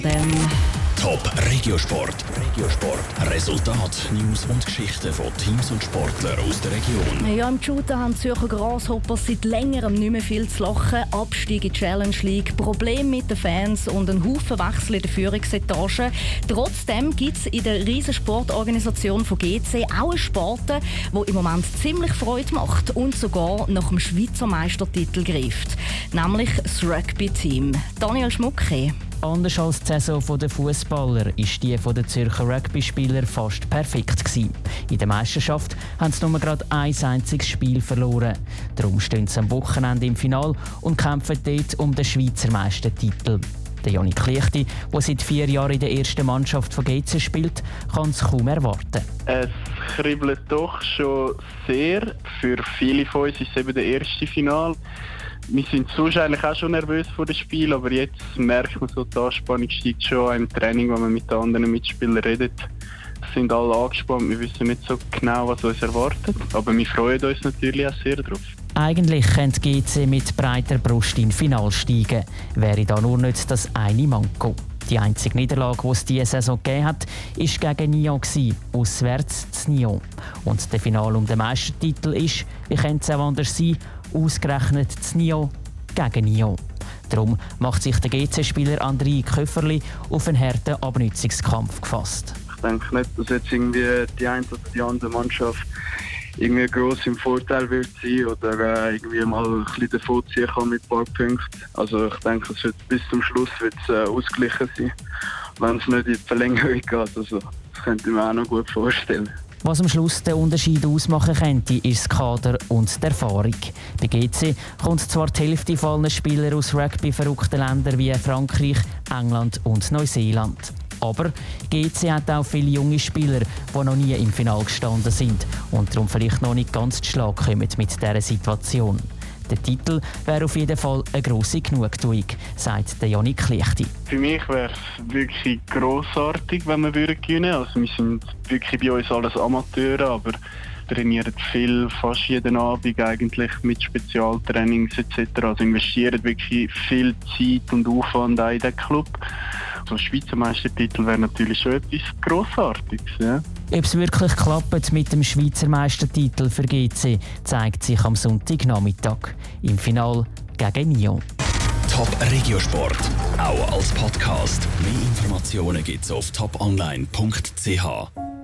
Top Regiosport. Resultat, News und Geschichten von Teams und Sportlern aus der Region. Ja, im Shooter haben die Zürcher Grasshoppers seit längerem nicht mehr viel zu lachen. Abstieg in die Challenge League, Probleme mit den Fans und ein Haufen Wechsel in der Führungsetage. Trotzdem gibt es in der Riesensportorganisation von GC auch eine Sparte, die im Moment ziemlich Freude macht und sogar nach dem Schweizer Meistertitel greift. Nämlich das Rugby-Team. Daniel Schmucke. Anders als die Saison der Fußballer war die der Zürcher Rugby-Spieler fast perfekt gewesen. In der Meisterschaft haben sie nur gerade ein einziges Spiel verloren. Darum stehen sie am Wochenende im Finale und kämpfen dort um den Schweizer Meistertitel. Der Joni Kliechti, der seit 4 Jahren in der ersten Mannschaft von GC spielt, kann es kaum erwarten. Es kribbelt doch schon sehr. Für viele von uns ist es eben der erste Finale. Wir sind sonst eigentlich auch schon nervös vor dem Spiel, aber jetzt merkt man so, die Anspannung steigt schon im Training, wenn man mit den anderen Mitspielern redet. Es sind alle angespannt, wir wissen nicht so genau, was uns erwartet, aber wir freuen uns natürlich auch sehr darauf. Eigentlich könnte GC mit breiter Brust in Finale steigen, wäre da nur nicht das eine Manko. Die einzige Niederlage, die es diese Saison gegeben hat, war gegen Nyon, auswärts zu Nyon. Und der Finale um den Meistertitel ist, wie könnte es auch anders sein, ausgerechnet zu Nyon gegen Nyon. Darum macht sich der GC-Spieler André Köfferli auf einen harten Abnutzungskampf gefasst. Ich denke nicht, dass jetzt irgendwie die eine oder die andere Mannschaft irgendwie gross im Vorteil wird sein oder irgendwie mal ein bisschen davonziehen kann mit ein paar Punkten. Also ich denke, es wird bis zum Schluss ausgeglichen sein, wenn es nicht in die Verlängerung geht. Also das könnte ich mir auch noch gut vorstellen. Was am Schluss den Unterschied ausmachen könnte, ist das Kader und die Erfahrung. Bei GC kommt zwar die Hälfte von allen Spielern aus Rugby-verrückten Ländern wie Frankreich, England und Neuseeland. Aber GC hat auch viele junge Spieler, die noch nie im Finale gestanden sind und darum vielleicht noch nicht ganz zu Schlag kommen mit dieser Situation. Der Titel wäre auf jeden Fall eine grosse Genugtuung, sagt der Joni Kliechti. Für mich wäre es wirklich grossartig, wenn wir gewinnen würden. Also wir sind wirklich bei uns alles Amateure, aber trainieren viel, fast jeden Abend eigentlich mit Spezialtrainings etc. Also investieren wirklich viel Zeit und Aufwand in diesen Club. So ein Schweizer Meistertitel wäre natürlich schon etwas Grossartiges. Ja. Ob es wirklich klappt mit dem Schweizer Meistertitel für GC, zeigt sich am Sonntagnachmittag im Finale gegen Nyon. Top Regiosport, auch als Podcast. Mehr Informationen gibt's auf toponline.ch.